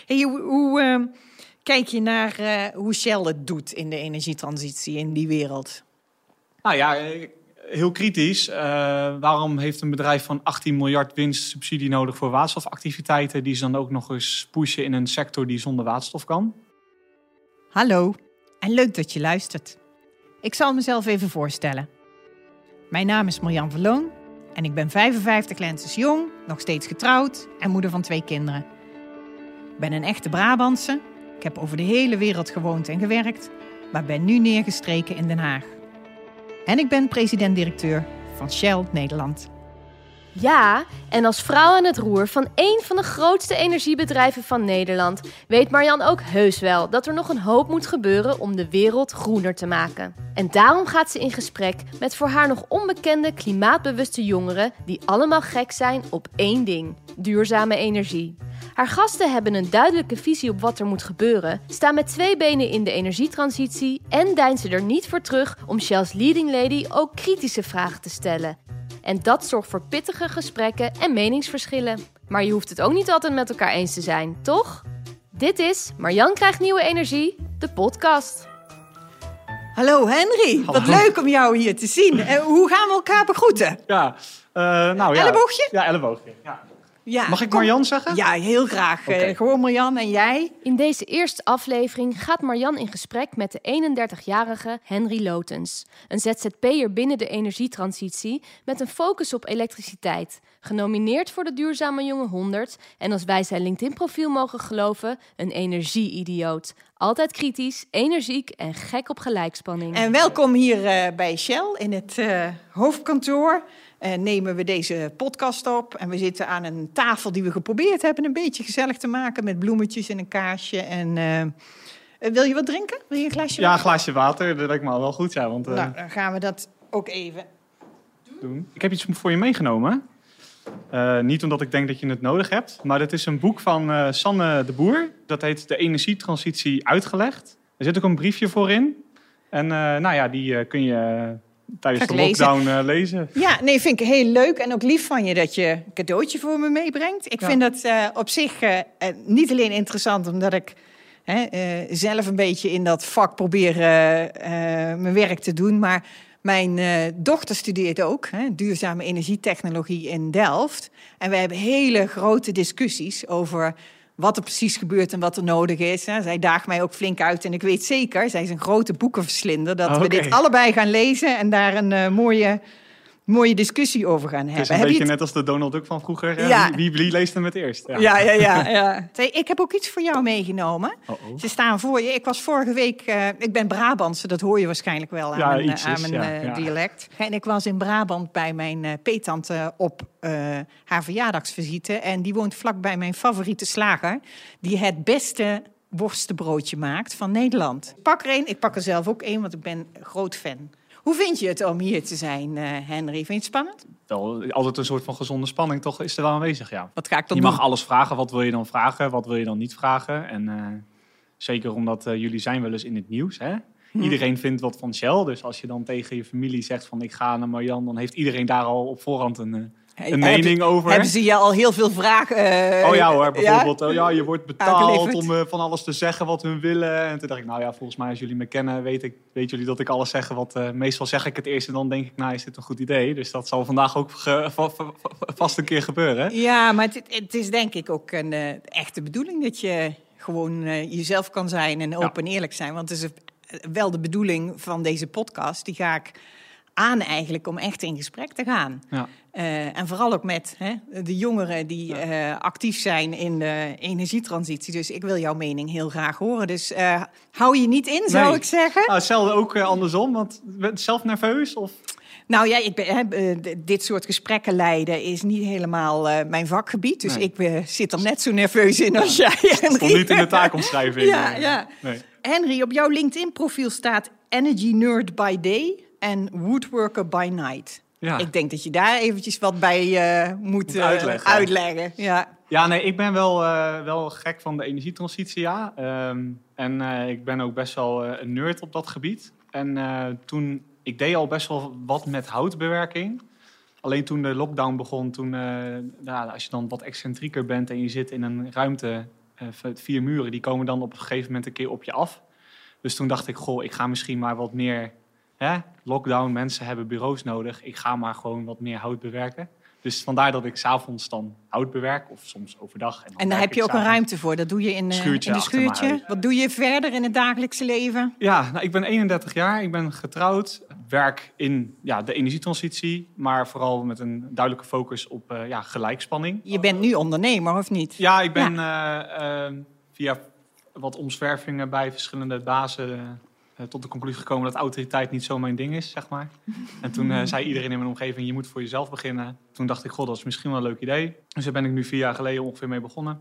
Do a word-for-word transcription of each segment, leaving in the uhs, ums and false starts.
Hey, hoe hoe uh, kijk je naar uh, hoe Shell het doet in de energietransitie in die wereld? Nou ja, heel kritisch. Uh, waarom heeft een bedrijf van achttien miljard winst subsidie nodig voor waterstofactiviteiten die ze dan ook nog eens pushen in een sector die zonder waterstof kan? Hallo en leuk dat je luistert. Ik zal mezelf even voorstellen. Mijn naam is Marjan Verloon en ik ben vijfenvijftig lenses jong, nog steeds getrouwd en moeder van twee kinderen. Ik ben een echte Brabantse. Ik heb over de hele wereld gewoond en gewerkt, maar ben nu neergestreken in Den Haag. En ik ben president-directeur van Shell Nederland. Ja, en als vrouw aan het roer van één van de grootste energiebedrijven van Nederland weet Marjan ook heus wel dat er nog een hoop moet gebeuren om de wereld groener te maken. En daarom gaat ze in gesprek met voor haar nog onbekende klimaatbewuste jongeren die allemaal gek zijn op één ding: duurzame energie. Haar gasten hebben een duidelijke visie op wat er moet gebeuren, staan met twee benen in de energietransitie en deinzen er niet voor terug om Shell's leading lady ook kritische vragen te stellen. En dat zorgt voor pittige gesprekken en meningsverschillen. Maar je hoeft het ook niet altijd met elkaar eens te zijn, toch? Dit is Marjan krijgt nieuwe energie, de podcast. Hallo Henry, Hallo. Wat leuk om jou hier te zien. Uh, hoe gaan we elkaar begroeten? Ja, uh, nou ja. Elleboogje? Ja, elleboogje. Ja. Ja, Mag ik kom. Marjan zeggen? Ja, heel graag. Okay. Uh, gewoon Marjan en jij. In deze eerste aflevering gaat Marjan in gesprek met de eenendertigjarige Henry Lotens. Een Z Z P'er binnen de energietransitie met een focus op elektriciteit. Genomineerd voor de Duurzame Jonge honderd en als wij zijn LinkedIn-profiel mogen geloven, een energie-idioot. Altijd kritisch, energiek en gek op gelijkspanning. En welkom hier uh, bij Shell in het uh, hoofdkantoor. Uh, nemen we deze podcast op. En we zitten aan een tafel die we geprobeerd hebben een beetje gezellig te maken met bloemetjes en een kaarsje. En uh, uh, wil je wat drinken? Wil je een glaasje Ja, water? een glaasje water. Dat lijkt me al wel goed. Ja, want, uh, Nou, dan gaan we dat ook even doen. Ik heb iets voor je meegenomen. Uh, niet omdat ik denk dat je het nodig hebt. Maar het is een boek van uh, Sanne de Boer. Dat heet De Energietransitie Uitgelegd. Er zit ook een briefje voor in. En uh, nou ja, die uh, kun je... Uh, tijdens de lockdown lezen. Uh, lezen. Ja, nee, vind ik heel leuk en ook lief van je dat je een cadeautje voor me meebrengt. Ik ja. vind dat uh, op zich uh, niet alleen interessant omdat ik hè, uh, zelf een beetje in dat vak probeer uh, uh, mijn werk te doen. Maar mijn uh, dochter studeert ook hè, duurzame energietechnologie in Delft. En we hebben hele grote discussies over wat er precies gebeurt en wat er nodig is. Zij daagt mij ook flink uit en ik weet zeker, zij is een grote boekenverslinder, dat oh, okay. we dit allebei gaan lezen en daar een uh, mooie, mooie discussie over gaan hebben. Het is een Heb beetje het... net als de Donald Duck van vroeger. Ja. Wie, wie leest hem het eerst? Ja, ja, ja. ja, ja. Ik heb ook iets voor jou meegenomen. Uh-oh. Ze staan voor je. Ik was vorige week... Uh, ik ben Brabantse, dat hoor je waarschijnlijk wel aan ja, mijn, ietsjes, aan mijn ja, uh, ja. dialect. En ik was in Brabant bij mijn uh, peettante op uh, haar verjaardagsvisite. En die woont vlakbij mijn favoriete slager, die het beste worstenbroodje maakt van Nederland. Ik pak er één. Ik pak er zelf ook één, want ik ben een groot fan. Hoe vind je het om hier te zijn, uh, Henry? Vind je het spannend? Wel, altijd een soort van gezonde spanning toch is er wel aanwezig, ja. Wat ga ik dan je doen? mag alles vragen. Wat wil je dan vragen? Wat wil je dan niet vragen? En uh, zeker omdat uh, jullie zijn wel eens in het nieuws, hè? Hm. Iedereen vindt wat van Shell. Dus als je dan tegen je familie zegt van ik ga naar Marjan, dan heeft iedereen daar al op voorhand een... Uh, Een mening Heb, over. Hebben ze je al heel veel vragen? Uh, oh ja hoor, bijvoorbeeld. Ja? Oh ja, je wordt betaald om uh, van alles te zeggen wat hun willen. En toen dacht ik, nou ja, volgens mij als jullie me kennen, weet ik, weet jullie dat ik alles zeg. Wat uh, meestal zeg ik het eerst en dan denk ik, nou is dit een goed idee. Dus dat zal vandaag ook ge, va, va, vast een keer gebeuren. Ja, maar het, het is denk ik ook een uh, echte bedoeling dat je gewoon uh, jezelf kan zijn en open en ja. eerlijk zijn. Want het is wel de bedoeling van deze podcast. Die ga ik aan eigenlijk om echt in gesprek te gaan. Ja. Uh, en vooral ook met hè, de jongeren die uh, actief zijn in de energietransitie. Dus ik wil jouw mening heel graag horen. Dus uh, hou je niet in, zou nee. ik zeggen. Nou, hetzelfde ook uh, andersom, want ben je zelf nerveus? Of? Nou ja, ik ben, hè, dit soort gesprekken leiden is niet helemaal uh, mijn vakgebied. Dus nee. ik uh, zit er net zo nerveus in als jij, Henry. Het stond niet in de taakomschrijving. ja, ja. Nee. Henry, op jouw LinkedIn-profiel staat Energy Nerd by Day en Woodworker by Night. Ja. Ik denk dat je daar eventjes wat bij uh, moet, moet uh, uitleggen. uitleggen. Ja. ja, nee, ik ben wel, uh, wel gek van de energietransitie, ja. Um, en uh, ik ben ook best wel uh, een nerd op dat gebied. En uh, toen, ik deed al best wel wat met houtbewerking. Alleen toen de lockdown begon, toen, uh, nou, als je dan wat excentrieker bent en je zit in een ruimte uh, vier muren, die komen dan op een gegeven moment een keer op je af. Dus toen dacht ik, goh, ik ga misschien maar wat meer... Hè, lockdown, mensen hebben bureaus nodig. Ik ga maar gewoon wat meer hout bewerken. Dus vandaar dat ik 's avonds dan hout bewerk, of soms overdag. En, dan en daar heb je ook een ruimte voor. Dat doe je in, uh, in de schuurtje. Wat doe je verder in het dagelijkse leven? Ja, nou, ik ben eenendertig jaar, ik ben getrouwd. Werk in ja, de energietransitie, maar vooral met een duidelijke focus op uh, ja, gelijkspanning. Je bent nu ondernemer, of niet? Ja, ik ben ja. Uh, uh, via wat omzwervingen bij verschillende bazen... Uh, Uh, tot de conclusie gekomen dat autoriteit niet zo mijn ding is, zeg maar. En toen uh, zei iedereen in mijn omgeving, je moet voor jezelf beginnen. Toen dacht ik, god, dat is misschien wel een leuk idee. Dus daar ben ik nu vier jaar geleden ongeveer mee begonnen.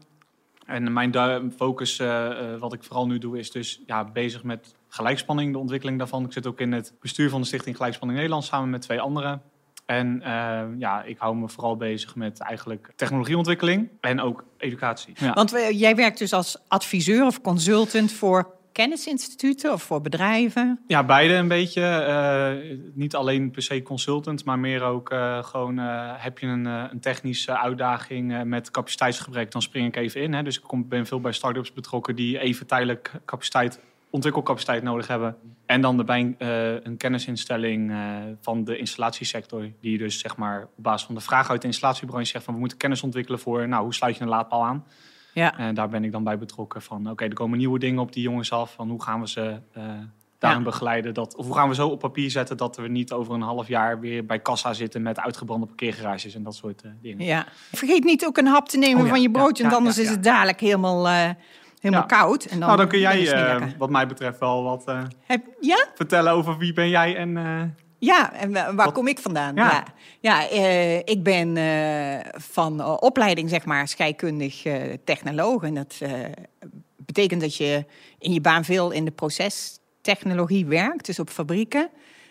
En mijn du- focus, uh, uh, wat ik vooral nu doe, is dus ja, bezig met gelijkspanning, de ontwikkeling daarvan. Ik zit ook in het bestuur van de Stichting Gelijkspanning Nederland, samen met twee anderen. En uh, ja, ik hou me vooral bezig met eigenlijk technologieontwikkeling en ook educatie. Ja. Want uh, jij werkt dus als adviseur of consultant voor kennisinstituten of voor bedrijven? Ja, beide een beetje. Uh, niet alleen per se consultant, maar meer ook uh, gewoon... Uh, heb je een, uh, een technische uitdaging uh, met capaciteitsgebrek, dan spring ik even in. Hè. Dus ik kom, ben veel bij start-ups betrokken die even tijdelijk capaciteit, ontwikkelcapaciteit nodig hebben. En dan erbij uh, een kennisinstelling uh, van de installatiesector, die dus zeg maar op basis van de vraag uit de installatiebranche zegt van we moeten kennis ontwikkelen voor, nou, hoe sluit je een laadpaal aan? Ja. En daar ben ik dan bij betrokken van, oké, okay, er komen nieuwe dingen op die jongens af. Van hoe gaan we ze uh, daarin ja. begeleiden? Dat, of hoe gaan we zo op papier zetten dat we niet over een half jaar weer bij kassa zitten met uitgebrande parkeergarages en dat soort uh, dingen. Ja. Vergeet niet ook een hap te nemen oh, ja. van je broodje, ja, want anders ja, ja, ja. is het dadelijk helemaal, uh, helemaal ja. koud. En dan, nou, dan kun jij uh, wat mij betreft wel wat uh, Heb, ja? vertellen over wie ben jij en... Uh, Ja, en waar Wat? kom ik vandaan? Ja, ja, ja uh, ik ben uh, van uh, opleiding, zeg maar, scheikundig uh, technoloog. En dat uh, betekent dat je in je baan veel in de procestechnologie werkt, dus op fabrieken.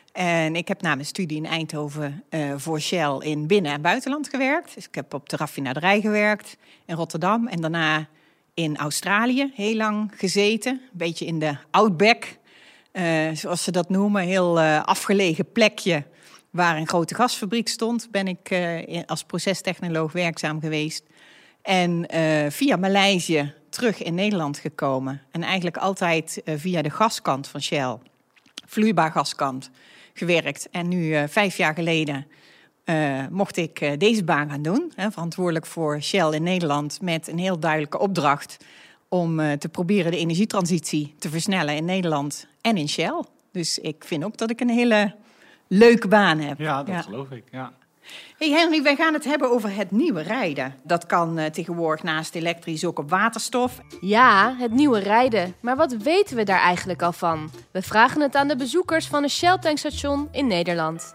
En ik heb na mijn studie in Eindhoven uh, voor Shell in binnen- en buitenland gewerkt. Dus ik heb op de raffinaderij gewerkt in Rotterdam. En daarna in Australië heel lang gezeten, een beetje in de outback. Uh, zoals ze dat noemen, heel uh, afgelegen plekje waar een grote gasfabriek stond, ben ik uh, als procestechnoloog werkzaam geweest. En uh, via Maleisië terug in Nederland gekomen. En eigenlijk altijd uh, via de gaskant van Shell, vloeibaar gaskant, gewerkt. En nu, uh, vijf jaar geleden, uh, mocht ik uh, deze baan gaan doen. Hè, verantwoordelijk voor Shell in Nederland met een heel duidelijke opdracht om uh, te proberen de energietransitie te versnellen in Nederland en in Shell. Dus ik vind ook dat ik een hele leuke baan heb. Ja, dat ja. geloof ik, ja. Hey Henry, wij gaan het hebben over het nieuwe rijden. Dat kan uh, tegenwoordig naast elektrisch ook op waterstof. Ja, het nieuwe rijden. Maar wat weten we daar eigenlijk al van? We vragen het aan de bezoekers van een Shell-tankstation in Nederland.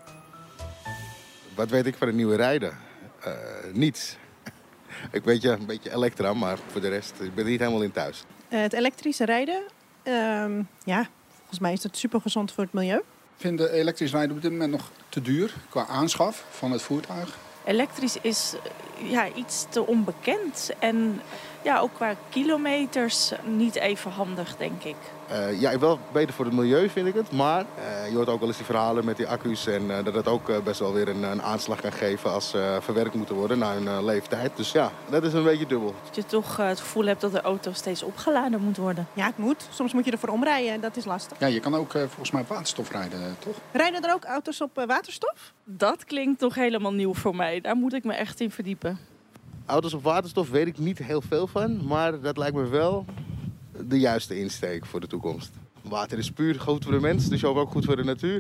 Wat weet ik van het nieuwe rijden? Uh, niets. Ik weet je, een beetje elektra, maar voor de rest, ik ben er niet helemaal in thuis. Uh, het elektrische rijden, uh, ja, volgens mij is het super gezond voor het milieu. Ik vind de elektrisch rijden op dit moment nog te duur qua aanschaf van het voertuig. Elektrisch is ja, iets te onbekend en ja, ook qua kilometers niet even handig, denk ik. Uh, ja, wel beter voor het milieu vind ik het, maar uh, je hoort ook wel eens die verhalen met die accu's en uh, dat het ook uh, best wel weer een, een aanslag kan geven als uh, verwerkt moeten worden na hun uh, leeftijd. Dus ja, dat is een beetje dubbel. Dat je toch uh, het gevoel hebt dat de auto steeds opgeladen moet worden. Ja, het moet. Soms moet je ervoor omrijden, dat is lastig. Ja, je kan ook uh, volgens mij op waterstof rijden, toch? Rijden er ook auto's op uh, waterstof? Dat klinkt toch helemaal nieuw voor mij. Daar moet ik me echt in verdiepen. Auto's op waterstof weet ik niet heel veel van, maar dat lijkt me wel de juiste insteek voor de toekomst. Water is puur goed voor de mens, dus ook goed voor de natuur.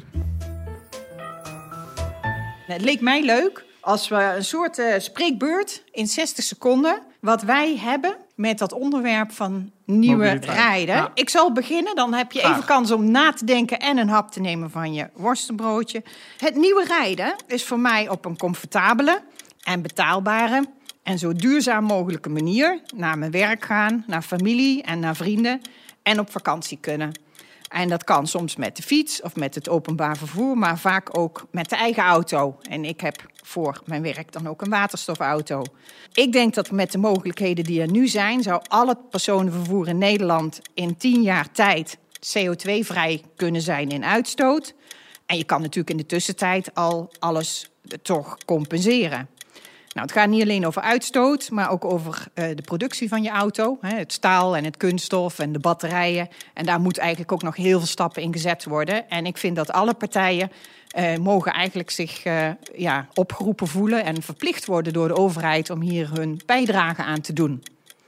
Het leek mij leuk als we een soort uh, spreekbeurt in zestig seconden, wat wij hebben met dat onderwerp van nieuwe Mobiliteit. rijden. Ja. Ik zal beginnen, dan heb je Graag. even kans om na te denken en een hap te nemen van je worstenbroodje. Het nieuwe rijden is voor mij op een comfortabele en betaalbare en zo duurzaam mogelijke manier naar mijn werk gaan, naar familie en naar vrienden en op vakantie kunnen. En dat kan soms met de fiets of met het openbaar vervoer, maar vaak ook met de eigen auto. En ik heb voor mijn werk dan ook een waterstofauto. Ik denk dat met de mogelijkheden die er nu zijn, zou al het personenvervoer in Nederland in tien jaar tijd C O twee vrij kunnen zijn in uitstoot. En je kan natuurlijk in de tussentijd al alles toch compenseren. Nou, het gaat niet alleen over uitstoot, maar ook over uh, de productie van je auto. Hè, het staal en het kunststof en de batterijen. En daar moet eigenlijk ook nog heel veel stappen in gezet worden. En ik vind dat alle partijen uh, mogen eigenlijk zich uh, ja, opgeroepen voelen en verplicht worden door de overheid om hier hun bijdrage aan te doen.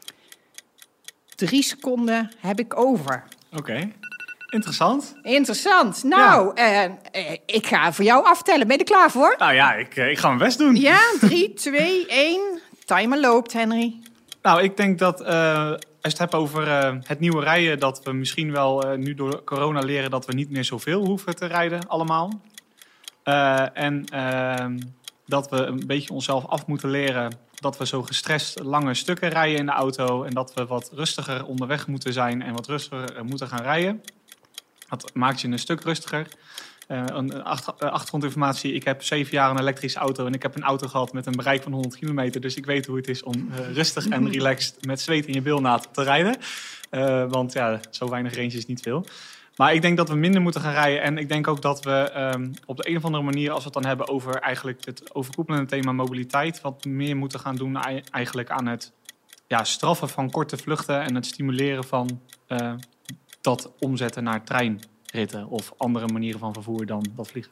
Drie seconden heb ik over. Oké. Okay. Interessant. Interessant. Nou, ja. uh, uh, ik ga voor jou aftellen. Ben je er klaar voor? Nou ja, ik, uh, ik ga mijn best doen. Ja, drie, twee, één. Timer loopt, Henry. Nou, ik denk dat uh, als je het hebt over uh, het nieuwe rijden, dat we misschien wel uh, nu door corona leren dat we niet meer zoveel hoeven te rijden allemaal. Uh, en uh, dat we een beetje onszelf af moeten leren dat we zo gestrest lange stukken rijden in de auto en dat we wat rustiger onderweg moeten zijn en wat rustiger moeten gaan rijden. Dat maakt je een stuk rustiger. Uh, een achter, uh, achtergrondinformatie. Ik heb zeven jaar een elektrische auto en ik heb een auto gehad met een bereik van honderd kilometer. Dus ik weet hoe het is om uh, rustig en relaxed met zweet in je bilnaad te rijden. Uh, want ja, zo weinig range is niet veel. Maar ik denk dat we minder moeten gaan rijden. En ik denk ook dat we um, op de een of andere manier, als we het dan hebben over eigenlijk het overkoepelende thema mobiliteit, wat meer moeten gaan doen eigenlijk aan het ja, straffen van korte vluchten en het stimuleren van uh, dat omzetten naar treinritten of andere manieren van vervoer dan dat vliegen.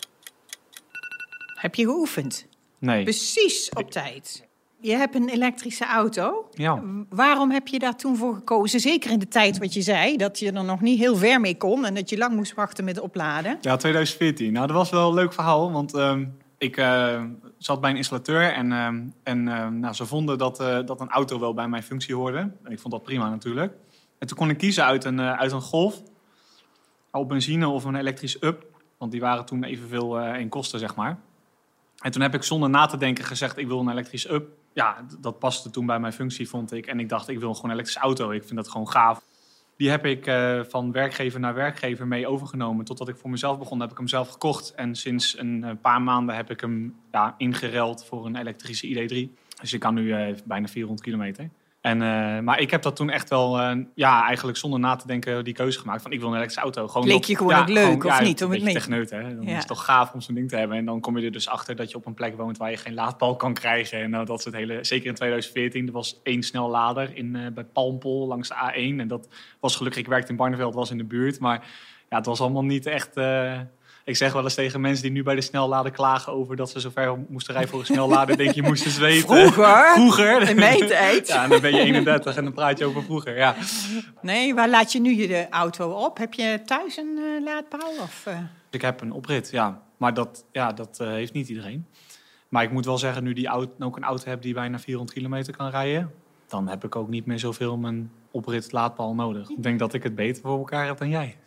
Heb je geoefend? Nee. Precies op tijd. Je hebt een elektrische auto. Ja. Waarom heb je daar toen voor gekozen? Zeker in de tijd wat je zei, dat je er nog niet heel ver mee kon en dat je lang moest wachten met opladen. Ja, twintig veertien. Nou, dat was wel een leuk verhaal, want um, ik uh, zat bij een installateur en, um, en uh, nou, ze vonden dat, uh, dat een auto wel bij mijn functie hoorde. En ik vond dat prima natuurlijk. En toen kon ik kiezen uit een, uh, uit een Golf, op benzine of een elektrisch up, want die waren toen evenveel uh, in kosten, zeg maar. En toen heb ik zonder na te denken gezegd, ik wil een elektrisch up. Ja, dat paste toen bij mijn functie, vond ik. En ik dacht, ik wil gewoon een elektrische auto. Ik vind dat gewoon gaaf. Die heb ik uh, van werkgever naar werkgever mee overgenomen. Totdat ik voor mezelf begon, heb ik hem zelf gekocht. En sinds een uh, paar maanden heb ik hem ja, ingereld voor een elektrische I D drie. Dus ik kan nu uh, bijna vierhonderd kilometer. En, uh, maar ik heb dat toen echt wel, uh, ja, eigenlijk zonder na te denken die keuze gemaakt. Van ik wil een elektrische auto. Gewoon Leek je op, gewoon ja, ook leuk, gewoon, of ja, niet? Om een het beetje mee... techneut, hè. Dan ja. is het toch gaaf om zo'n ding te hebben. En dan kom je er dus achter dat je op een plek woont waar je geen laadpaal kan krijgen. En uh, dat is het hele, zeker in twintig veertien, er was één snellader in, uh, bij Palmpol langs de A één. En dat was gelukkig, ik werkte in Barneveld, was in de buurt. Maar ja, het was allemaal niet echt... Uh, Ik zeg wel eens tegen mensen die nu bij de snellader klagen over dat ze zo ver moesten rijden voor een snellader. Denk je, moesten zweten. Vroeger? Vroeger. In mijn tijd. Ja, en dan ben je eenendertig en dan praat je over vroeger, ja. Nee, waar laat je nu je de auto op? Heb je thuis een uh, laadpaal? Of, uh... Ik heb een oprit, ja. Maar dat, ja, dat uh, heeft niet iedereen. Maar ik moet wel zeggen, nu die auto, ook een auto heb die bijna vierhonderd kilometer kan rijden, dan heb ik ook niet meer zoveel mijn oprit laadpaal nodig. Ik denk dat ik het beter voor elkaar heb dan jij.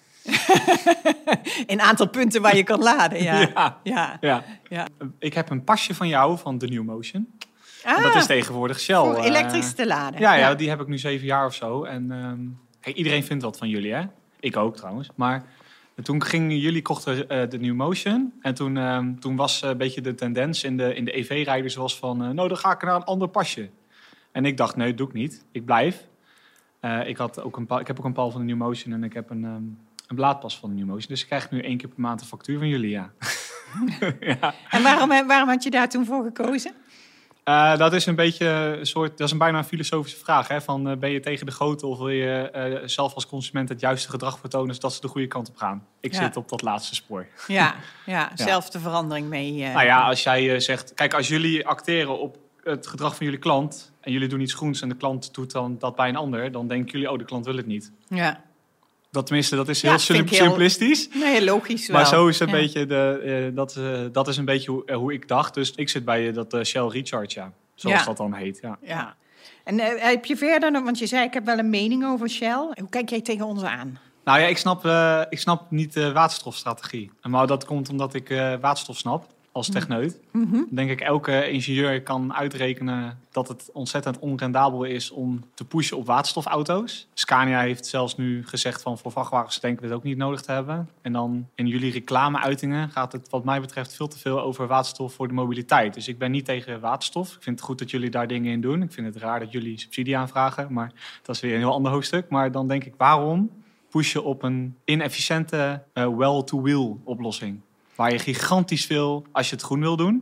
Een aantal punten waar je kan laden, ja. Ja, ja. ja. ja. Ik heb een pasje van jou, van de New Motion. Ah, dat is tegenwoordig Shell. Voor elektrisch te laden. Ja, ja, die heb ik nu zeven jaar of zo. En um, kijk, iedereen vindt wat van jullie, hè? Ik ook trouwens. Maar toen gingen jullie kochten uh, de New Motion. En toen, um, toen was uh, een beetje de tendens in de, in de E V-rijders was van... Uh, nou, dan ga ik naar een ander pasje. En ik dacht, nee, dat doe ik niet. Ik blijf. Uh, ik, had ook een pa- ik heb ook een pal van de New Motion en ik heb een... Um, Een blaadpas van de New Motion. Dus ik krijg nu één keer per maand een factuur van jullie, ja. ja. En waarom, waarom had je daar toen voor gekozen? Uh, dat is een beetje een soort... Dat is een bijna een filosofische vraag. Hè? Van, uh, ben je tegen de goten of wil je uh, zelf als consument het juiste gedrag vertonen... zodat ze de goede kant op gaan? Ik ja. zit op dat laatste spoor. Ja, ja, zelf de verandering mee... Uh... Nou ja, als jij uh, zegt... Kijk, als jullie acteren op het gedrag van jullie klant... en jullie doen iets groens en de klant doet dan dat bij een ander... dan denken jullie, oh, de klant wil het niet. Ja. Dat tenminste, dat is ja, heel sim- simplistisch. Heel, nee, logisch wel. Maar zo is een ja. beetje de, uh, dat, uh, dat is een beetje hoe, uh, hoe ik dacht. Dus ik zit bij uh, dat uh, Shell Recharge, ja. Zoals ja. dat dan heet. Ja. ja. En uh, heb je verder nog, want je zei ik heb wel een mening over Shell. Hoe kijk jij tegen ons aan? Nou ja, ik snap, uh, ik snap niet de waterstofstrategie. Maar dat komt omdat ik uh, waterstof snap. Als techneut. Mm-hmm. Denk ik elke ingenieur kan uitrekenen dat het ontzettend onrendabel is om te pushen op waterstofauto's. Scania heeft zelfs nu gezegd van voor vrachtwagens denken we het ook niet nodig te hebben. En dan in jullie reclameuitingen gaat het wat mij betreft veel te veel over waterstof voor de mobiliteit. Dus ik ben niet tegen waterstof. Ik vind het goed dat jullie daar dingen in doen. Ik vind het raar dat jullie subsidie aanvragen, maar dat is weer een heel ander hoofdstuk. Maar dan denk ik, waarom pushen op een inefficiënte uh, well-to-wheel oplossing? Waar je gigantisch veel, als je het groen wil doen...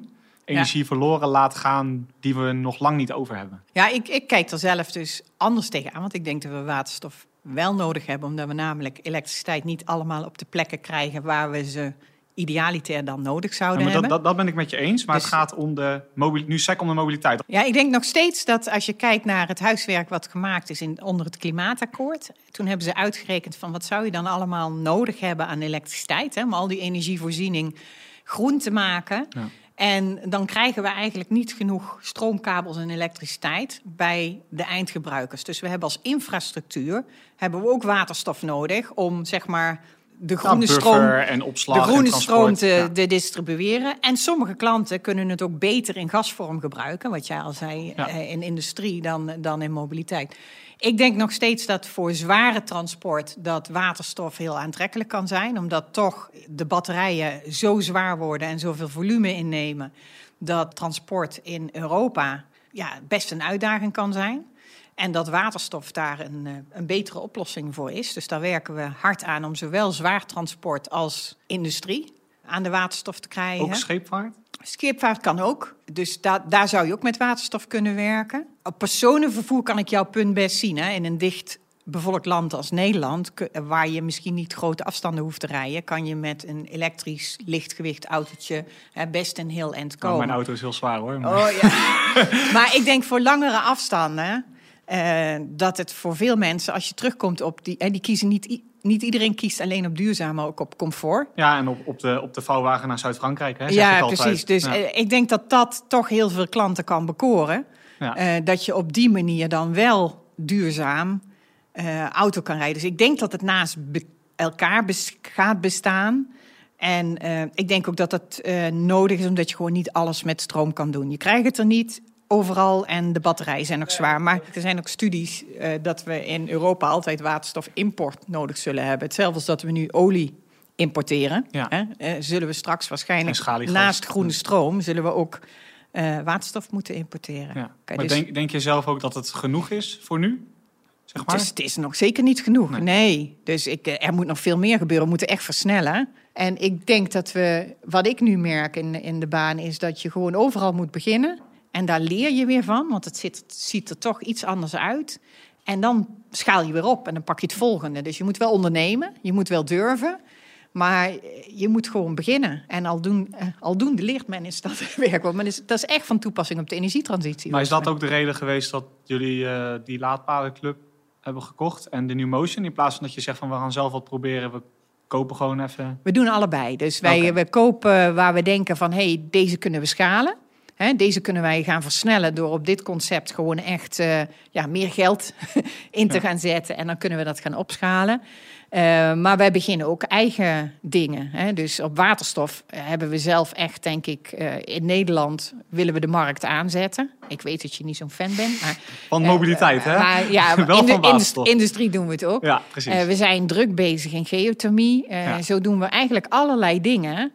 energie ja. verloren laat gaan die we nog lang niet over hebben. Ja, ik, ik kijk er zelf dus anders tegenaan. Want ik denk dat we waterstof wel nodig hebben. Omdat we namelijk elektriciteit niet allemaal op de plekken krijgen waar we ze idealiter dan nodig zouden ja, maar hebben. Dat, dat, dat ben ik met je eens. Maar dus, het gaat om de mobil, nu sec om de mobiliteit. Ja, ik denk nog steeds dat als je kijkt naar het huiswerk wat gemaakt is in, onder het klimaatakkoord. Toen hebben ze uitgerekend van wat zou je dan allemaal nodig hebben aan elektriciteit. Hè, om al die energievoorziening groen te maken. Ja. En dan krijgen we eigenlijk niet genoeg stroomkabels en elektriciteit bij de eindgebruikers. Dus we hebben als infrastructuur hebben we ook waterstof nodig om zeg maar de groene ja, stroom, en opslag de groene en stroom te, ja. te distribueren. En sommige klanten kunnen het ook beter in gasvorm gebruiken, wat jij al zei, ja. in industrie dan, dan in mobiliteit. Ik denk nog steeds dat voor zware transport dat waterstof heel aantrekkelijk kan zijn. Omdat toch de batterijen zo zwaar worden en zoveel volume innemen. Dat transport in Europa ja, best een uitdaging kan zijn. En dat waterstof daar een, een betere oplossing voor is. Dus daar werken we hard aan om zowel zwaar transport als industrie aan de waterstof te krijgen. Ook scheepvaart? Scheepvaart kan ook. Dus da- daar zou je ook met waterstof kunnen werken. Op personenvervoer kan ik jouw punt best zien. Hè? In een dicht bevolkt land als Nederland, waar je misschien niet grote afstanden hoeft te rijden, kan je met een elektrisch lichtgewicht autootje hè, best een heel eind komen. Oh, mijn auto is heel zwaar hoor. Maar... Oh, ja. Maar ik denk voor langere afstanden, uh, dat het voor veel mensen, als je terugkomt op die, hè, die kiezen niet... Niet iedereen kiest alleen op duurzaam, maar ook op comfort. Ja, en op, op, de, op de vouwwagen naar Zuid-Frankrijk, hè, zeg ja, ik altijd. Precies. Dus ja. uh, ik denk dat dat toch heel veel klanten kan bekoren. Ja. Uh, dat je op die manier dan wel duurzaam uh, auto kan rijden. Dus ik denk dat het naast be- elkaar bes- gaat bestaan. En uh, ik denk ook dat het uh, nodig is, omdat je gewoon niet alles met stroom kan doen. Je krijgt het er niet overal en de batterijen zijn nog zwaar. Maar er zijn ook studies uh, dat we in Europa altijd waterstofimport nodig zullen hebben. Hetzelfde als dat we nu olie importeren. Ja. Hè? Uh, zullen we straks waarschijnlijk naast groene stroom zullen we ook uh, waterstof moeten importeren. Ja. Okay, maar dus... denk, denk je zelf ook dat het genoeg is voor nu? Zeg maar? Dus het is nog zeker niet genoeg, nee. nee. Dus ik, er moet nog veel meer gebeuren. We moeten echt versnellen. En ik denk dat we, wat ik nu merk in, in de baan, is dat je gewoon overal moet beginnen. En daar leer je weer van, want het, zit, het ziet er toch iets anders uit. En dan schaal je weer op en dan pak je het volgende. Dus je moet wel ondernemen, je moet wel durven, maar je moet gewoon beginnen. En aldoen, aldoende leert men is dat werk. Want men is, dat is echt van toepassing op de energietransitie. Maar is dat ook de reden geweest dat jullie uh, die laadpalenclub hebben gekocht en de New Motion? In plaats van dat je zegt van we gaan zelf wat proberen, we kopen gewoon even... We doen allebei. Dus wij okay. we kopen waar we denken van hé, hey, deze kunnen we schalen. He, deze kunnen wij gaan versnellen door op dit concept gewoon echt uh, ja, meer geld in te ja. gaan zetten. En dan kunnen we dat gaan opschalen. Uh, maar wij beginnen ook eigen dingen. Hè. Dus op waterstof hebben we zelf echt, denk ik, uh, in Nederland willen we de markt aanzetten. Ik weet dat je niet zo'n fan bent. Maar, van mobiliteit, uh, hè? Maar, ja, wel in de van waterstof. Industrie doen we het ook. Ja, precies. Uh, we zijn druk bezig in geothermie. Uh, ja. Zo doen we eigenlijk allerlei dingen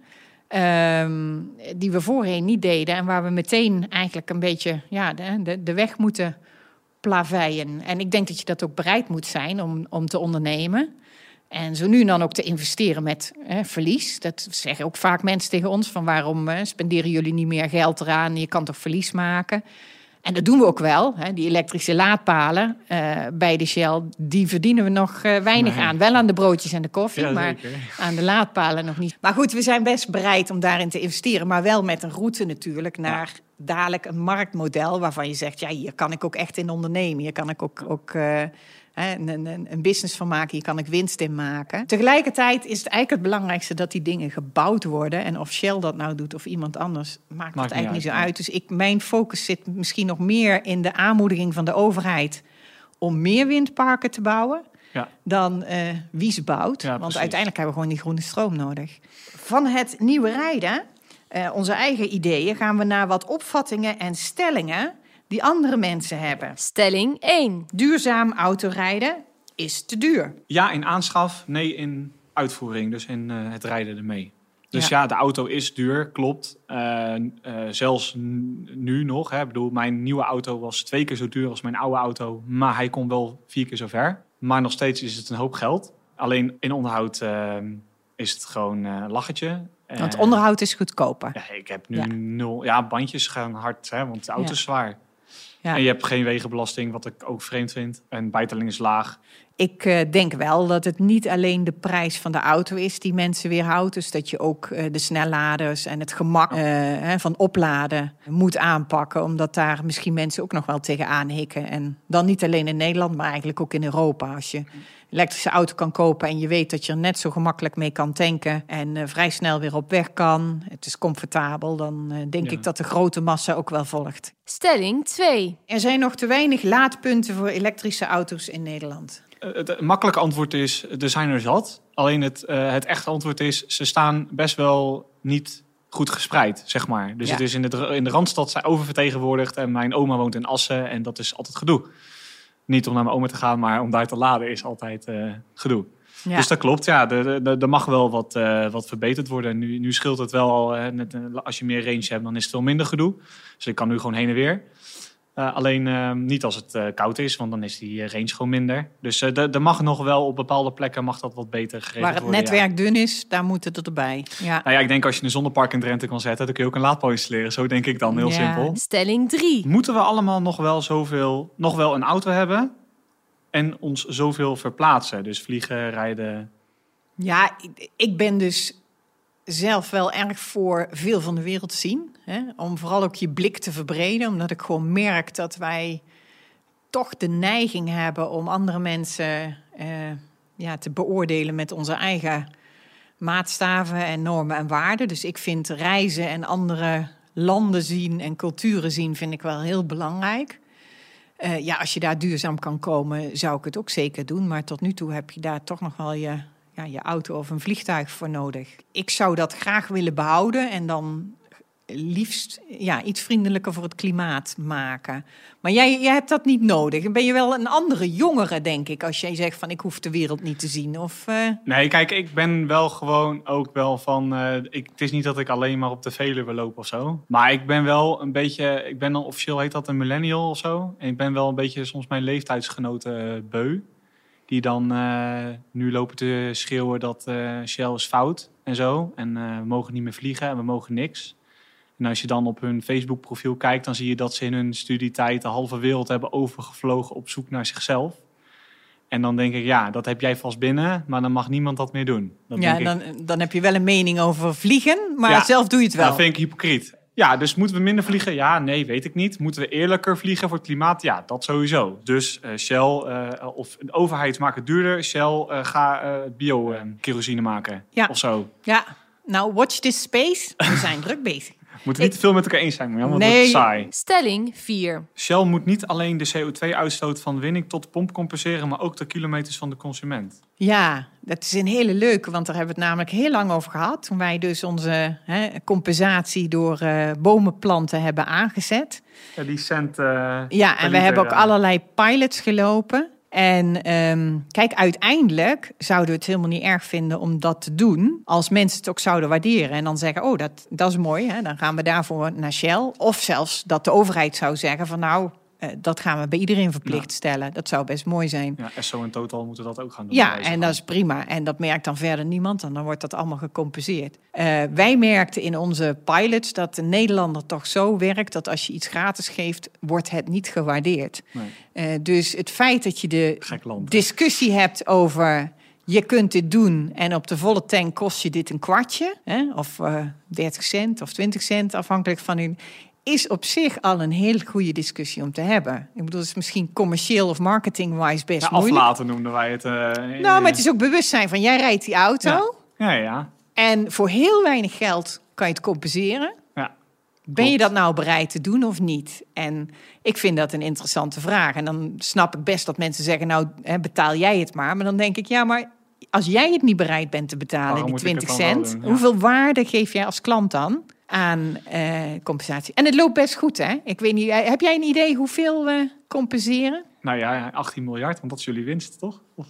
Um, die we voorheen niet deden en waar we meteen eigenlijk een beetje ja, de, de, de weg moeten plaveien. En ik denk dat je dat ook bereid moet zijn om, om te ondernemen. En zo nu en dan ook te investeren met hè, verlies. Dat zeggen ook vaak mensen tegen ons, van waarom hè, spenderen jullie niet meer geld eraan? Je kan toch verlies maken? En dat doen we ook wel. Hè. Die elektrische laadpalen uh, bij de Shell, die verdienen we nog uh, weinig nee. aan. Wel aan de broodjes en de koffie, ja, maar zeker. Aan de laadpalen nog niet. Maar goed, we zijn best bereid om daarin te investeren. Maar wel met een route natuurlijk naar ja. dadelijk een marktmodel waarvan je zegt, ja, hier kan ik ook echt in ondernemen. Hier kan ik ook... ook uh, Een, een, een business van maken, hier kan ik winst in maken. Tegelijkertijd is het eigenlijk het belangrijkste dat die dingen gebouwd worden. En of Shell dat nou doet of iemand anders, maakt, maakt het eigenlijk niet, uit, niet zo uit. Dus ik, mijn focus zit misschien nog meer in de aanmoediging van de overheid om meer windparken te bouwen ja. dan uh, wie ze bouwt. Ja, Want precies. uiteindelijk hebben we gewoon die groene stroom nodig. Van het nieuwe rijden, uh, onze eigen ideeën, gaan we naar wat opvattingen en stellingen die andere mensen hebben. Stelling één. Duurzaam autorijden is te duur. Ja, in aanschaf, nee in uitvoering. Dus in uh, het rijden ermee. Dus ja. ja, de auto is duur, klopt. Uh, uh, zelfs n- nu nog. Hè. Ik bedoel, mijn nieuwe auto was twee keer zo duur als mijn oude auto. Maar hij kon wel vier keer zo ver. Maar nog steeds is het een hoop geld. Alleen in onderhoud uh, is het gewoon een uh, lachertje. Want onderhoud is goedkoper. Ja, ik heb nu Ja. nul... Ja, bandjes gaan hard, hè, want de auto Ja. is zwaar. Ja. En je hebt geen wegenbelasting, wat ik ook vreemd vind. En bijtelling is laag. Ik uh, denk wel dat het niet alleen de prijs van de auto is die mensen weerhoudt. Dus dat je ook uh, de snelladers en het gemak uh, hè, van opladen moet aanpakken. Omdat daar misschien mensen ook nog wel tegenaan hikken. En dan niet alleen in Nederland, maar eigenlijk ook in Europa. Als je een elektrische auto kan kopen en je weet dat je er net zo gemakkelijk mee kan tanken. En uh, vrij snel weer op weg kan. Het is comfortabel. Dan uh, denk Ja. ik dat de grote massa ook wel volgt. Stelling twee. Er zijn nog te weinig laadpunten voor elektrische auto's in Nederland. Het, het makkelijke antwoord is, er zijn er zat. Alleen het, uh, het echte antwoord is, ze staan best wel niet goed gespreid, zeg maar. Dus Ja. het is in de, in de Randstad zijn oververtegenwoordigd. En mijn oma woont in Assen en dat is altijd gedoe. Niet om naar mijn oma te gaan, maar om daar te laden is altijd uh, gedoe. Ja. Dus dat klopt, ja. Er, er, er mag wel wat, uh, wat verbeterd worden. Nu, nu scheelt het wel al, uh, net, uh, als je meer range hebt, dan is het veel minder gedoe. Dus ik kan nu gewoon heen en weer. Uh, alleen uh, niet als het uh, koud is, want dan is die uh, range gewoon minder. Dus uh, er mag nog wel op bepaalde plekken mag dat wat beter geregeld Waar het worden. netwerk ja. dun is, daar moet het erbij. Ja. Nou ja, ik denk als je een zonnepark in Drenthe kan zetten, dan kun je ook een laadpaal installeren. Zo denk ik dan, heel Ja. simpel. Stelling drie. Moeten we allemaal nog wel zoveel, nog wel een auto hebben en ons zoveel verplaatsen? Dus vliegen, rijden. Ja, ik, ik ben dus zelf wel erg voor veel van de wereld zien. Hè? Om vooral ook je blik te verbreden. Omdat ik gewoon merk dat wij toch de neiging hebben om andere mensen uh, ja, te beoordelen met onze eigen maatstaven en normen en waarden. Dus ik vind reizen en andere landen zien en culturen zien vind ik wel heel belangrijk. Uh, ja, als je daar duurzaam kan komen, zou ik het ook zeker doen. Maar tot nu toe heb je daar toch nog wel je, ja, je auto of een vliegtuig voor nodig. Ik zou dat graag willen behouden en dan liefst ja, iets vriendelijker voor het klimaat maken. Maar jij, jij hebt dat niet nodig. Dan ben je wel een andere jongere, denk ik, als jij zegt van ik hoef de wereld niet te zien. Of, uh... Nee, kijk, ik ben wel gewoon ook wel van... Uh, ik, het is niet dat ik alleen maar op de Veluwe loop of zo. Maar ik ben wel een beetje... Ik ben dan officieel heet dat een millennial of zo. En ik ben wel een beetje soms mijn leeftijdsgenoten beu. Die dan uh, nu lopen te schreeuwen dat uh, Shell is fout en zo. En uh, we mogen niet meer vliegen en we mogen niks. En als je dan op hun Facebook-profiel kijkt, dan zie je dat ze in hun studietijd de halve wereld hebben overgevlogen op zoek naar zichzelf. En dan denk ik, ja, dat heb jij vast binnen, maar dan mag niemand dat meer doen. Dat ja, denk dan, ik. dan heb je wel een mening over vliegen, maar Ja, zelf doe je het wel. Dat vind ik hypocriet. Ja, dus moeten we minder vliegen? Ja, nee, weet ik niet. Moeten we eerlijker vliegen voor het klimaat? Ja, dat sowieso. Dus uh, Shell, uh, of de overheid maakt het duurder. Shell, uh, ga uh, bio-kerosine uh, maken Ja. of zo. Ja, nou, watch this space. We zijn druk bezig. We moeten niet Ik- te veel met elkaar eens zijn, maar want Nee. het wordt saai. Stelling vier. Shell moet niet alleen de C O twee uitstoot van winning tot de pomp compenseren, maar ook de kilometers van de consument. Ja, dat is een hele leuke, want daar hebben we het namelijk heel lang over gehad. Toen wij dus onze hè, compensatie door uh, bomenplanten hebben aangezet. Ja, die cent. Uh, Ja, en we hebben ook uh, allerlei pilots gelopen. En um, kijk, uiteindelijk zouden we het helemaal niet erg vinden om dat te doen, als mensen het ook zouden waarderen. En dan zeggen, oh, dat, dat is mooi, hè? Dan gaan we daarvoor naar Shell. Of zelfs dat de overheid zou zeggen van nou, uh, dat gaan we bij iedereen verplicht Ja. stellen. Dat zou best mooi zijn. Ja, Esso en Total moeten dat ook gaan doen. Ja, en dat is prima. En dat merkt dan verder niemand. En dan wordt dat allemaal gecompenseerd. Uh, wij merkten in onze pilots dat de Nederlander toch zo werkt dat als je iets gratis geeft, wordt het niet gewaardeerd. Nee, Uh, dus het feit dat je de gek land. discussie hebt over je kunt dit doen en op de volle tank kost je dit een kwartje, hè, of uh, dertig cent of twintig cent, afhankelijk van u, is op zich al een heel goede discussie om te hebben. Ik bedoel, het is misschien commercieel of marketing-wise best Ja, moeilijk. aflaten noemden wij het. Uh, Nou, maar het is ook bewustzijn van jij rijdt die auto Ja, ja. ja. en voor heel weinig geld kan je het compenseren. Ja. Ben je Klopt. dat nou bereid te doen of niet? En ik vind dat een interessante vraag. En dan snap ik best dat mensen zeggen, nou, hè, betaal jij het maar. Maar dan denk ik, ja, maar als jij het niet bereid bent te betalen, Waarom die moet ik het twintig dan wel cent, doen? Ja. hoeveel waarde geef jij als klant dan aan uh, compensatie? En het loopt best goed, hè? Ik weet niet, heb jij een idee hoeveel we compenseren? Nou ja, achttien miljard, want dat is jullie winst, toch? Of...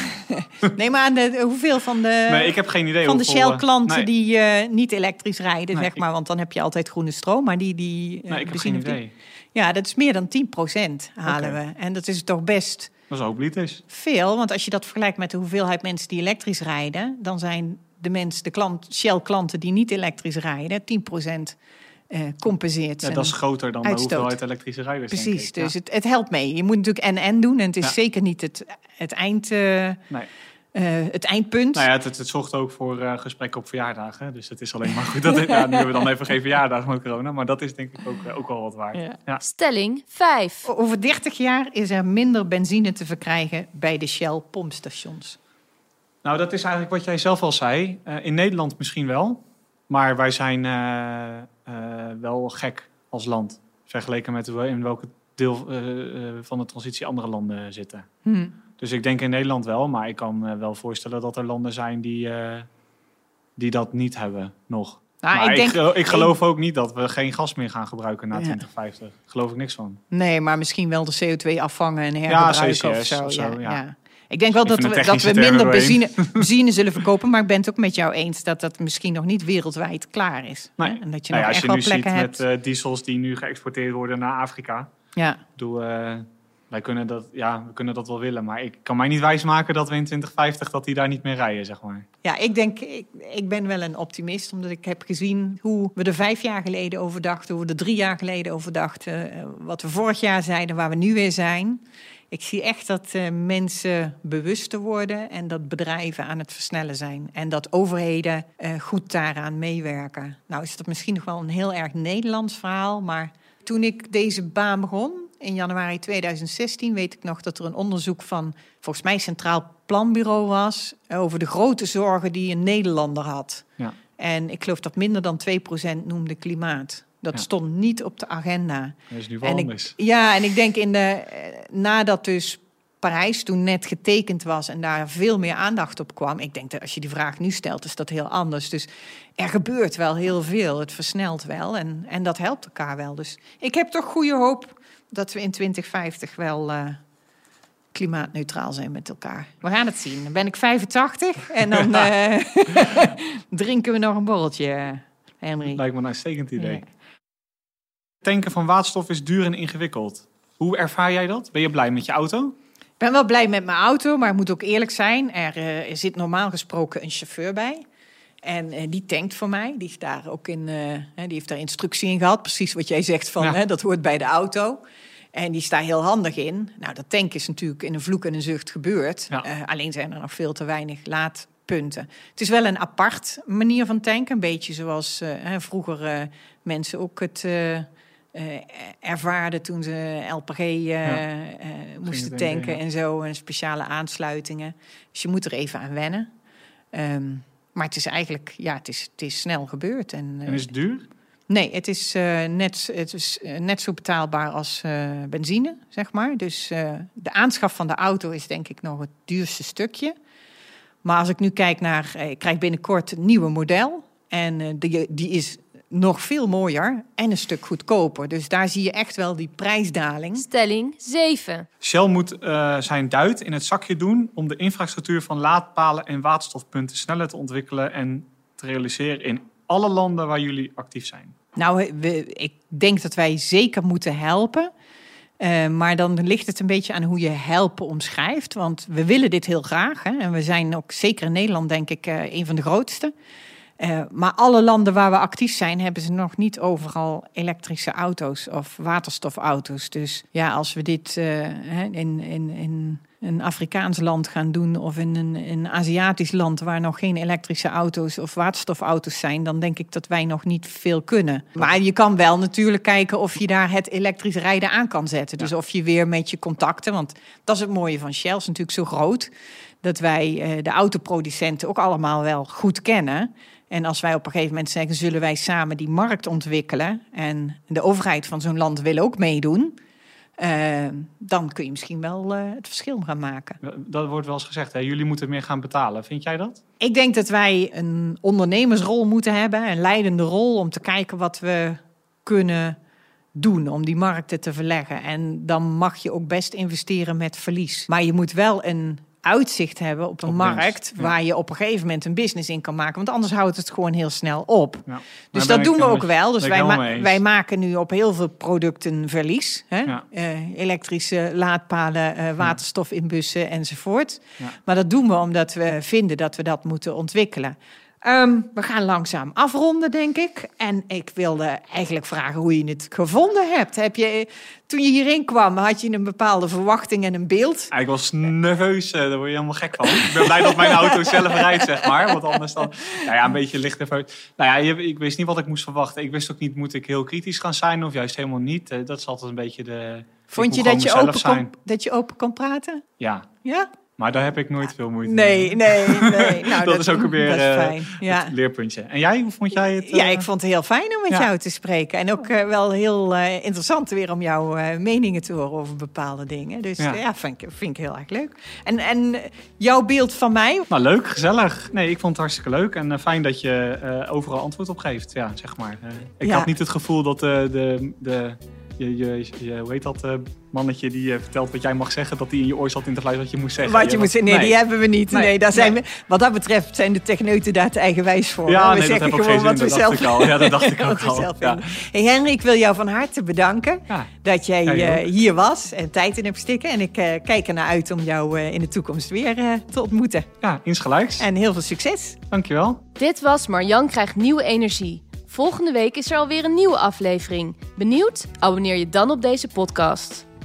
Nee, maar aan de, hoeveel van de... Nee, ik heb geen idee. Van de hoeveel, uh, Shell-klanten nee. die uh, niet elektrisch rijden, Nee, zeg maar. ik- Want dan heb je altijd groene stroom. Maar die... die uh, Nee, ik heb benzine geen of die- idee. Ja, dat is meer dan tien procent halen Oké. we. En dat is toch best Dat is een hoop liters. veel. Want als je dat vergelijkt met de hoeveelheid mensen die elektrisch rijden, dan zijn de mensen, de klant, Shell-klanten die niet elektrisch rijden, tien procent uh, compenseert. Ja, dat is groter dan uitstoot. de hoeveelheid elektrische rijders. Precies, denk ik. dus Ja. het, het helpt mee. Je moet natuurlijk en-en doen en het is Ja. zeker niet het, het, eind, uh, Nee. uh, het eindpunt. Nou ja, het, het, het zorgt ook voor uh, gesprekken op verjaardagen. Dus het is alleen maar goed. Dat het, ja, nu hebben we dan even geen verjaardag met corona. Maar dat is denk ik ook, uh, ook wel wat waard. Ja. Ja. Stelling vijf. Over dertig jaar is er minder benzine te verkrijgen bij de Shell-pompstations. Nou, dat is eigenlijk wat jij zelf al zei. Uh, in Nederland misschien wel. Maar wij zijn uh, uh, wel gek als land. Vergeleken met in welke deel uh, uh, van de transitie andere landen zitten. Hmm. Dus ik denk in Nederland wel. Maar ik kan me wel voorstellen dat er landen zijn die, uh, die dat niet hebben nog. Nou, maar ik, denk, ik, ik geloof ook niet dat we geen gas meer gaan gebruiken na Ja. twintig vijftig. Daar geloof ik niks van. Nee, maar misschien wel de C O twee afvangen en hergebruiken ja, of zo. of zo, ja, ja. ja. Ik denk wel dat Even we, een dat we technische minder term benzine, benzine zullen verkopen. Maar ik ben het ook met jou eens dat dat misschien nog niet wereldwijd klaar is. Nee. Hè? En dat je Nou ja, nog als echt je wel nu plekken ziet hebt. met uh, diesels die nu geëxporteerd worden naar Afrika. Ja. Ik bedoel, uh, wij kunnen dat, ja, we kunnen dat wel willen. Maar ik kan mij niet wijsmaken dat we in twintig vijftig dat die daar niet meer rijden, zeg maar. Ja, ik denk, ik, ik ben wel een optimist. Omdat ik heb gezien hoe we er vijf jaar geleden over dachten. Hoe we er drie jaar geleden over dachten. Uh, wat we vorig jaar zeiden, waar we nu weer zijn. Ik zie echt dat uh, mensen bewuster worden en dat bedrijven aan het versnellen zijn. En dat overheden uh, goed daaraan meewerken. Nou is dat misschien nog wel een heel erg Nederlands verhaal. Maar toen ik deze baan begon, in januari tweeduizend zestien... weet ik nog dat er een onderzoek van, volgens mij Centraal Planbureau was, over de grote zorgen die een Nederlander had. Ja. En ik geloof dat minder dan twee procent noemde klimaat. Dat ja. stond niet op de agenda. Dat is nu wel en anders. Ik, ja, en ik denk in de, nadat dus Parijs toen net getekend was en daar veel meer aandacht op kwam. Ik denk dat als je die vraag nu stelt, is dat heel anders. Dus er gebeurt wel heel veel. Het versnelt wel en, en dat helpt elkaar wel. Dus ik heb toch goede hoop dat we in twintig vijftig wel uh, klimaatneutraal zijn met elkaar. We gaan het zien. Dan ben ik vijfentachtig en dan uh, drinken we nog een borreltje, Henry. Lijkt me een uitstekend idee. Ja. Tanken van waterstof is duur en ingewikkeld. Hoe ervaar jij dat? Ben je blij met je auto? Ik ben wel blij met mijn auto, maar ik moet ook eerlijk zijn. Er, uh, er zit normaal gesproken een chauffeur bij. En uh, die tankt voor mij. Die, is daar ook in, uh, die heeft daar instructie in gehad. Precies wat jij zegt, van, ja. hè, dat hoort bij de auto. En die is daar heel handig in. Nou, dat tanken is natuurlijk in een vloek en een zucht gebeurd. Ja. Uh, alleen zijn er nog veel te weinig laadpunten. Het is wel een apart manier van tanken. Een beetje zoals uh, hè, vroeger uh, mensen ook het... Uh, Uh, ervaarden toen ze L P G uh, ja. uh, moesten tanken denken, ja. en zo. En speciale aansluitingen. Dus je moet er even aan wennen. Um, maar het is eigenlijk, ja, het is, het is snel gebeurd. En, uh, en is het duur? Nee, het is, uh, net, het is uh, net zo betaalbaar als uh, benzine, zeg maar. Dus uh, de aanschaf van de auto is denk ik nog het duurste stukje. Maar als ik nu kijk naar... Uh, ik krijg binnenkort een nieuwe model. En uh, die, die is... nog veel mooier en een stuk goedkoper. Dus daar zie je echt wel die prijsdaling. Stelling zeven. Shell moet uh, zijn duit in het zakje doen om de infrastructuur van laadpalen en waterstofpunten sneller te ontwikkelen en te realiseren in alle landen waar jullie actief zijn. Nou, we, ik denk dat wij zeker moeten helpen. Uh, maar dan ligt het een beetje aan hoe je helpen omschrijft. Want we willen dit heel graag. Hè? En we zijn ook zeker in Nederland, denk ik, uh, een van de grootste. Uh, maar alle landen waar we actief zijn, hebben ze nog niet overal elektrische auto's of waterstofauto's. Dus ja, als we dit uh, in, in, in een Afrikaans land gaan doen of in een, een Aziatisch land waar nog geen elektrische auto's of waterstofauto's zijn, dan denk ik dat wij nog niet veel kunnen. Maar je kan wel natuurlijk kijken of je daar het elektrisch rijden aan kan zetten. Dus of je weer met je contacten, want dat is het mooie van Shell, is natuurlijk zo groot, dat wij uh, de autoproducenten ook allemaal wel goed kennen. En als wij op een gegeven moment zeggen, zullen wij samen die markt ontwikkelen en de overheid van zo'n land wil ook meedoen, uh, dan kun je misschien wel uh, het verschil gaan maken. Dat wordt wel eens gezegd, hè? Jullie moeten meer gaan betalen. Vind jij dat? Ik denk dat wij een ondernemersrol moeten hebben, een leidende rol om te kijken wat we kunnen doen om die markten te verleggen. En dan mag je ook best investeren met verlies. Maar je moet wel een uitzicht hebben op een op markt ja. waar je op een gegeven moment een business in kan maken. Want anders houdt het gewoon heel snel op. Ja. Dus dat doen we ook wel. Dus wij, ma- wij maken nu op heel veel producten verlies. Hè? Ja. Uh, elektrische laadpalen, uh, waterstof in bussen enzovoort. Ja. Maar dat doen we omdat we vinden dat we dat moeten ontwikkelen. Um, we gaan langzaam afronden, denk ik. En ik wilde eigenlijk vragen hoe je het gevonden hebt. Heb je, toen je hierin kwam, had je een bepaalde verwachting en een beeld? Ja, ik was nerveus, uh, daar word je helemaal gek van. Ik ben blij dat mijn auto zelf rijdt, zeg maar. Want anders dan, nou ja, een beetje licht nerveus. Nou ja, je, ik wist niet wat ik moest verwachten. Ik wist ook niet, moet ik heel kritisch gaan zijn of juist helemaal niet. Uh, dat is altijd een beetje de... Vond je dat je, open kon, dat je open kon praten? Ja. Ja? Maar daar heb ik nooit veel moeite nee, mee. Nee, nee, nee. Nou, dat, dat is ook weer uh, ja. het leerpuntje. En jij, hoe vond jij het? Uh... Ja, ik vond het heel fijn om met ja. jou te spreken. En ook uh, wel heel uh, interessant weer om jouw uh, meningen te horen over bepaalde dingen. Dus ja, uh, ja vind, ik, vind ik heel erg leuk. En, en jouw beeld van mij? Nou, leuk, gezellig. Nee, ik vond het hartstikke leuk. En uh, fijn dat je uh, overal antwoord op geeft. Ja, zeg maar. Uh, ik ja. had niet het gevoel dat uh, de... de Je, je, je, hoe heet dat uh, mannetje die uh, vertelt wat jij mag zeggen, dat die in je oor zat in te geluiden wat je moest zeggen? Wat je, je moet zeggen, nee, nee, die hebben we niet. Nee, nee, daar zijn nee. we, wat dat betreft zijn de techneuten daar te eigenwijs voor. Ja, we nee, zeggen dat gewoon wat zin, we dat zelf dacht ik al. Ja, dat dacht ik ook al. Ja. Hey Henry, ik wil jou van harte bedanken ja. dat jij ja, uh, hier was en tijd in hebt stikken. En ik uh, kijk ernaar uit om jou uh, in de toekomst weer uh, te ontmoeten. Ja, insgelijks. En heel veel succes. Dankjewel. Dit was Marjan krijgt nieuwe energie. Volgende week is er alweer een nieuwe aflevering. Benieuwd? Abonneer je dan op deze podcast.